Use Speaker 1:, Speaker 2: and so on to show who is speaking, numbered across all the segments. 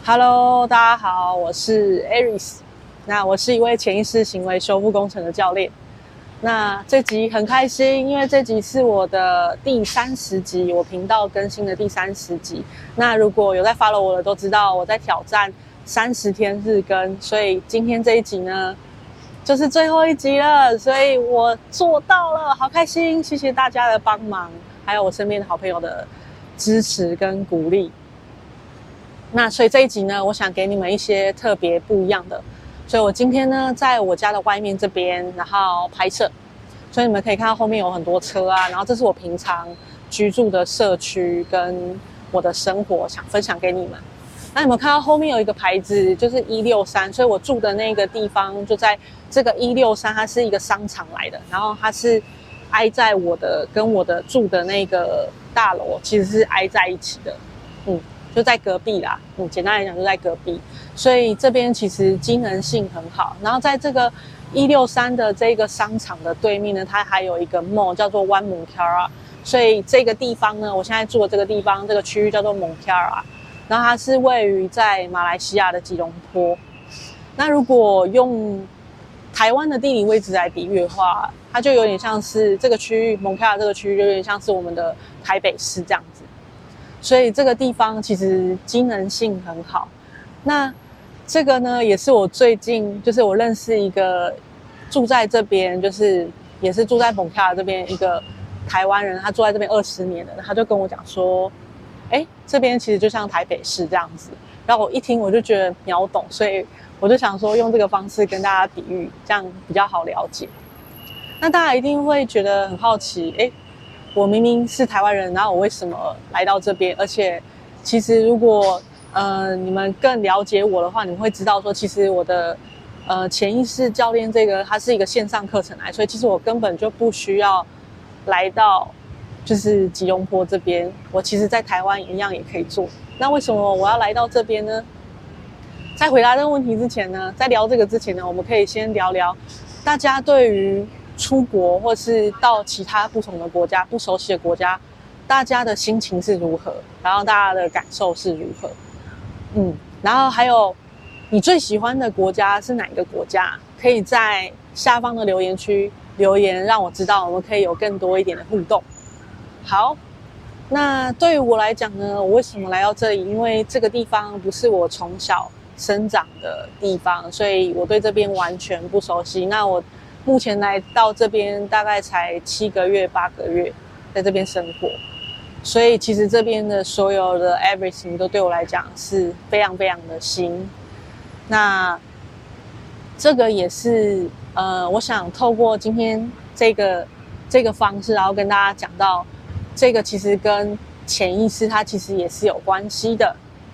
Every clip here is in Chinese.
Speaker 1: Hello，大家好，我是 Aris。那我是一位潜意识行为修复工程的教练。那这集很开心，因为这集是我的第30集，我频道更新的第30集。那如果有在 follow 我的都知道，我在挑战30天日更，所以今天这一集呢，就是最后一集了，所以我做到了，好开心！谢谢大家的帮忙，还有我身边的好朋友的支持跟鼓励。那所以这一集呢，我想给你们一些特别不一样的，所以我今天呢，在我家的外面这边，然后拍摄，所以你们可以看到后面有很多车啊，然后这是我平常居住的社区跟我的生活，想分享给你们。那你们看到后面有一个牌子，就是163，所以我住的那个地方就在这个163，它是一个商场来的，然后它是挨在跟我的住的那个大楼其实是挨在一起的，就在隔壁啦，简单来讲就在隔壁，所以这边其实机能性很好。然后在这个163的这个商场的对面呢，它还有一个 mall 叫做 One Monkara， 所以这个地方呢，我现在住的这个地方，这个区域叫做 Monkara， 然后它是位于在马来西亚的吉隆坡。那如果用台湾的地理位置来比喻的话，它就有点像是这个区域 Monkara 这个区域就有点像是我们的台北市这样子。所以这个地方其实机能性很好。那这个呢，也是我最近就是我认识一个住在这边，就是也是住在蒙卡这边一个台湾人，他住在这边20年了，他就跟我讲说，这边其实就像台北市这样子。然后我一听我就觉得秒懂，所以我就想说用这个方式跟大家比喻，这样比较好了解。那大家一定会觉得很好奇，我明明是台湾人，然后我为什么来到这边？而且，其实如果你们更了解我的话，你们会知道说，其实我的潜意识教练这个它是一个线上课程来，所以其实我根本就不需要来到就是吉隆坡这边，我其实在台湾一样也可以做。那为什么我要来到这边呢？在回答这个问题之前呢，在聊这个之前呢，我们可以先聊聊大家对于出国或是到其他不同的国家、不熟悉的国家，大家的心情是如何，然后大家的感受是如何，然后还有你最喜欢的国家是哪一个国家？可以在下方的留言区留言，让我知道，我们可以有更多一点的互动。好，那对于我来讲呢，我为什么来到这里？因为这个地方不是我从小生长的地方，所以我对这边完全不熟悉。那我目前来到这边大概才7个月、8个月，在这边生活，所以其实这边的所有的 everything 都对我来讲是非常非常的新。那这个也是我想透过今天这个方式，然后跟大家讲到这个其实跟潜意识它其实也是有关系的。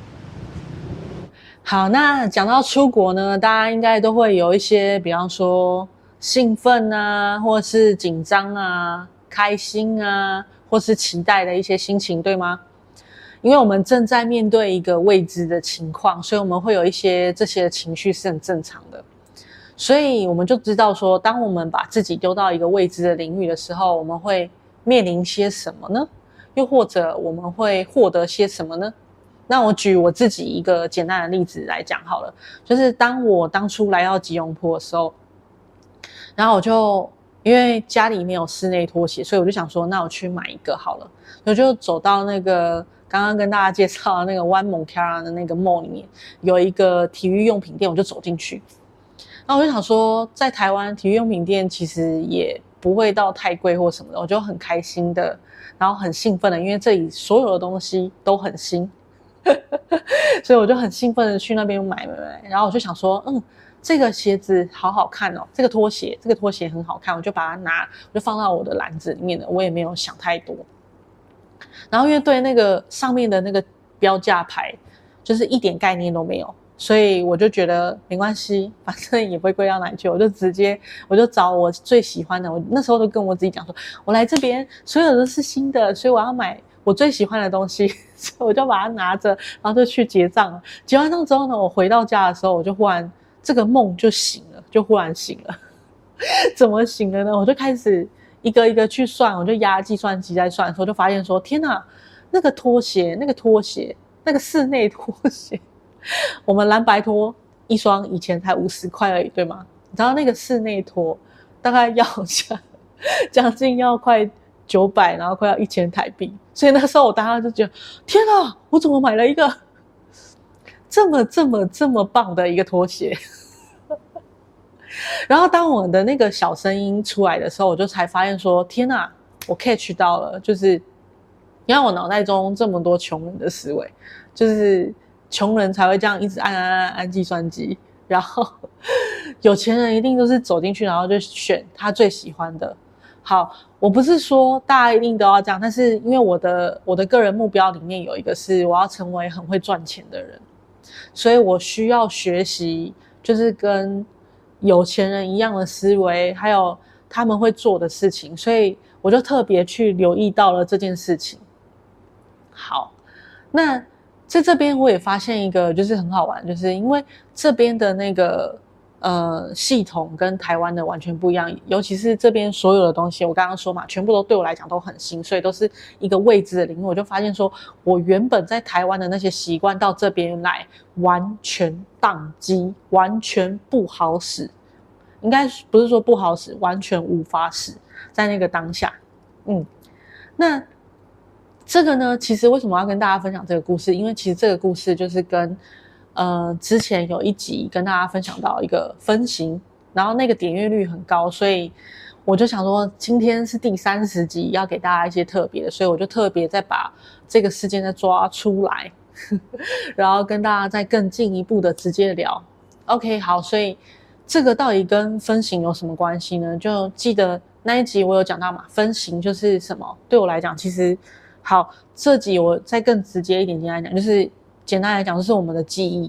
Speaker 1: 好，那讲到出国呢，大家应该都会有一些，比方说兴奋啊，或是紧张啊，开心啊，或是期待的一些心情，对吗？因为我们正在面对一个未知的情况，所以我们会有一些这些情绪是很正常的。所以我们就知道说，当我们把自己丢到一个未知的领域的时候，我们会面临些什么呢？又或者我们会获得些什么呢？那我举我自己一个简单的例子来讲好了，就是当我当初来到吉隆坡的时候，然后我就因为家里没有室内拖鞋，所以我就想说，那我去买一个好了。我就走到那个刚刚跟大家介绍的那个 One Monkara 的那个 mall 里面，有一个体育用品店，我就走进去。然后我就想说，在台湾体育用品店其实也不会到太贵或什么的，我就很开心的，然后很兴奋的，因为这里所有的东西都很新。所以我就很兴奋的去那边买，然后我就想说，这个鞋子好好看哦，这个拖鞋很好看，我就把它我就放到我的篮子里面了，我也没有想太多。然后因为对那个上面的那个标价牌，就是一点概念都没有，所以我就觉得没关系，反正也不会贵到哪里去，我就找我最喜欢的，我那时候都跟我自己讲说，我来这边所有都是新的，所以我要买我最喜欢的东西，所以我就把它拿着，然后就去结账了。结完账之后呢，我回到家的时候，我就忽然这个梦就醒了，就忽然醒了。怎么醒了呢？我就开始一个一个去算，我就压计算机在算的时候，就发现说，天哪，那个拖鞋，那个室内拖鞋， 我们蓝白拖一双以前才50块而已，对吗？你知道那个室内拖大概要将近要快900，然后快要1000台币。所以那时候我当时就觉得，天啊，我怎么买了一个这么棒的一个拖鞋？然后当我的那个小声音出来的时候，我就才发现说，天啊，我 catch 到了，就是因为我脑袋中这么多穷人的思维，就是穷人才会这样一直按计算机，然后有钱人一定都是走进去，然后就选他最喜欢的。好，我不是说大家一定都要这样，但是因为我的个人目标里面有一个是我要成为很会赚钱的人，所以我需要学习，就是跟有钱人一样的思维，还有他们会做的事情，所以我就特别去留意到了这件事情。好，那在这边我也发现一个就是很好玩，就是因为这边的那个系统跟台湾的完全不一样，尤其是这边所有的东西，我刚刚说嘛，全部都对我来讲都很新，所以都是一个未知的领域。我就发现说，我原本在台湾的那些习惯到这边来完全宕机，完全不好使。应该不是说不好使，完全无法使，在那个当下。那这个呢，其实为什么要跟大家分享这个故事？因为其实这个故事就是跟之前有一集跟大家分享到一个分型，然后那个点阅率很高，所以我就想说今天是第30集，要给大家一些特别的，所以我就特别再把这个事件再抓出来，然后跟大家再更进一步的直接聊。OK， 好，所以这个到底跟分型有什么关系呢？就记得那一集我有讲到嘛，分型就是什么？对我来讲，其实好，这集我再更直接一点简单讲，就是简单来讲，就是我们的记忆。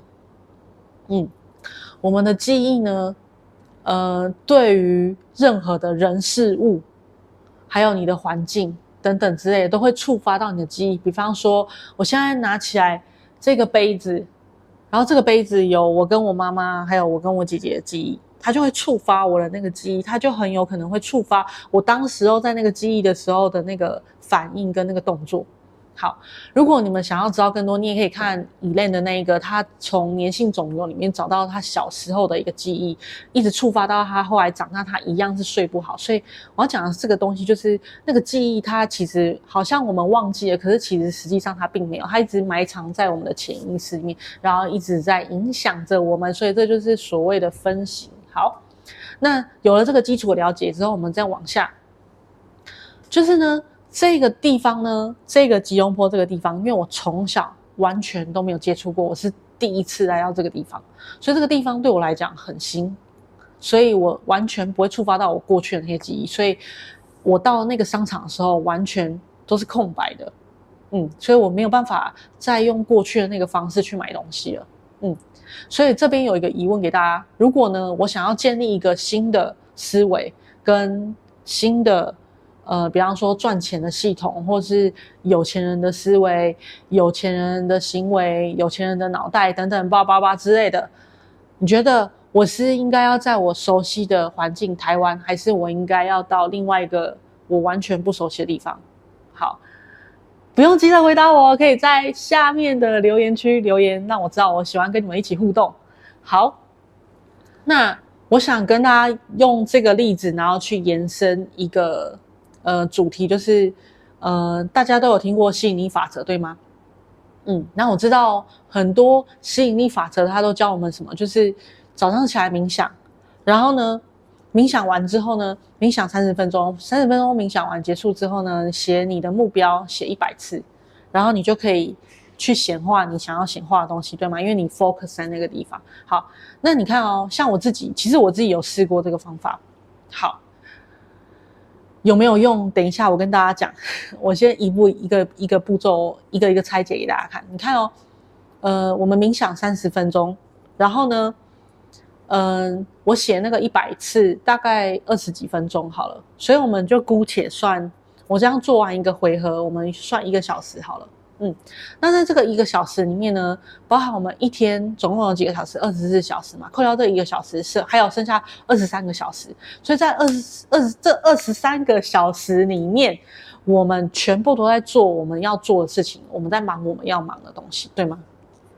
Speaker 1: 我们的记忆呢，对于任何的人事物，还有你的环境等等之类的，都会触发到你的记忆。比方说，我现在拿起来这个杯子，然后这个杯子有我跟我妈妈，还有我跟我姐姐的记忆，它就会触发我的那个记忆，它就很有可能会触发我当时候在那个记忆的时候的那个反应跟那个动作。好，如果你们想要知道更多，你也可以看Elaine的那一个，他从粘性肿瘤里面找到他小时候的一个记忆，一直触发到他后来长大，他一样是睡不好。所以我要讲的这个东西，就是那个记忆，它其实好像我们忘记了，可是其实实际上它并没有，它一直埋藏在我们的潜意识里面，然后一直在影响着我们。所以这就是所谓的分型。好，那有了这个基础的了解之后，我们再往下，就是呢。这个地方呢，这个吉隆坡这个地方，因为我从小完全都没有接触过，我是第一次来到这个地方，所以这个地方对我来讲很新，所以我完全不会触发到我过去的那些记忆，所以我到那个商场的时候完全都是空白的，所以我没有办法再用过去的那个方式去买东西了，所以这边有一个疑问给大家，如果呢，我想要建立一个新的思维跟新的比方说赚钱的系统，或是有钱人的思维、有钱人的行为、有钱人的脑袋等等叭叭叭之类的，你觉得我是应该要在我熟悉的环境台湾，还是我应该要到另外一个我完全不熟悉的地方？好，不用急着回答我，可以在下面的留言区留言，让我知道，我喜欢跟你们一起互动。好，那我想跟大家用这个例子，然后去延伸一个主题，就是大家都有听过吸引力法则，对吗？那我知道很多吸引力法则它都教我们什么，就是早上起来冥想，然后呢冥想完之后呢，冥想30分钟，30分钟冥想完结束之后呢，写你的目标，写100次，然后你就可以去显化你想要显化的东西，对吗？因为你 focus 在那个地方。好，那你看哦，像我自己，其实我自己有试过这个方法。好，有没有用？等一下我跟大家讲，我先一个步骤，一个拆解给大家看。你看哦，我们冥想30分钟，然后呢，我写那个100次，大概20几分钟好了，所以我们就姑且算，我这样做完一个回合，我们算1个小时好了。那在这个1个小时里面呢，包含我们一天总共有几个小时，24小时嘛，扣掉这1个小时还有剩下23个小时，所以在这23个小时里面，我们全部都在做我们要做的事情，我们在忙我们要忙的东西，对吗？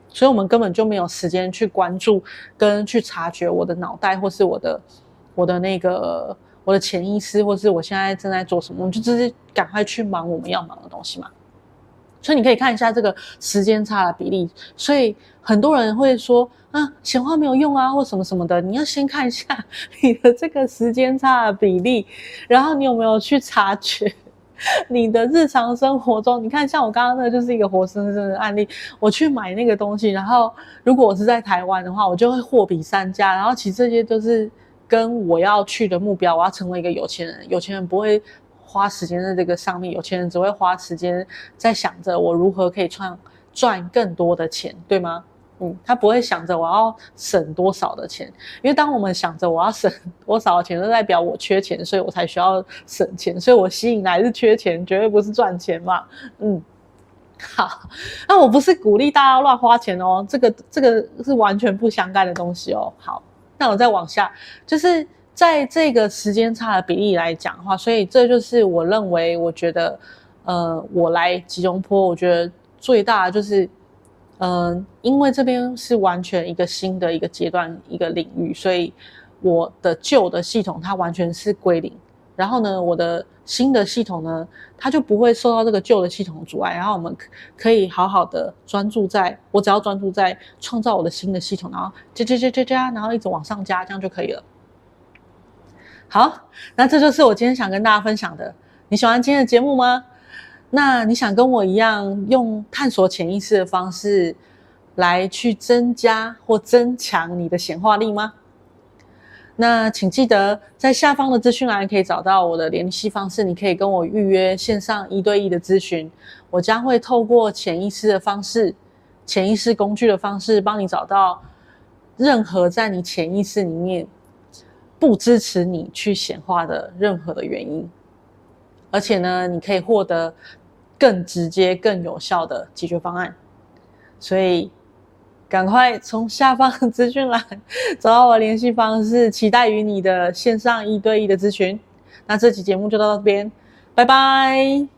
Speaker 1: 所以我们根本就没有时间去关注跟去察觉我的脑袋或是我的潜意识，或是我现在正在做什么，我们就直接赶快去忙我们要忙的东西嘛。所以你可以看一下这个时间差的比例。所以很多人会说啊，显化没有用啊，或什么什么的。你要先看一下你的这个时间差的比例，然后你有没有去察觉你的日常生活中。你看像我刚刚那个就是一个活生生的案例，我去买那个东西，然后如果我是在台湾的话，我就会货比三家，然后其实这些都是跟我要去的目标，我要成为一个有钱人。有钱人不会花时间在这个上面，有钱人只会花时间在想着我如何可以赚更多的钱，对吗？他不会想着我要省多少的钱，因为当我们想着我要省多少的钱，就代表我缺钱，所以我才需要省钱，所以我吸引来是缺钱，绝对不是赚钱嘛。好，那我不是鼓励大家乱花钱哦，这个是完全不相干的东西哦。好，那我再往下，就是在这个时间差的比例来讲的话，所以这就是我认为，我觉得，我来吉隆坡，我觉得最大的就是，因为这边是完全一个新的一个阶段一个领域，所以我的旧的系统它完全是归零，然后呢，我的新的系统呢，它就不会受到这个旧的系统阻碍，然后我们可以好好的我只要专注在创造我的新的系统，然后加，然后一直往上加，这样就可以了。好，那这就是我今天想跟大家分享的。你喜欢今天的节目吗？那你想跟我一样用探索潜意识的方式来去增加或增强你的显化力吗？那请记得在下方的资讯栏可以找到我的联系方式，你可以跟我预约线上1对1的咨询，我将会透过潜意识的方式、潜意识工具的方式，帮你找到任何在你潜意识里面不支持你去显化的任何的原因，而且呢，你可以获得更直接、更有效的解决方案。所以赶快从下方的资讯栏找到我的联系方式，期待与你的线上1对1的咨询。那这期节目就到这边，拜拜。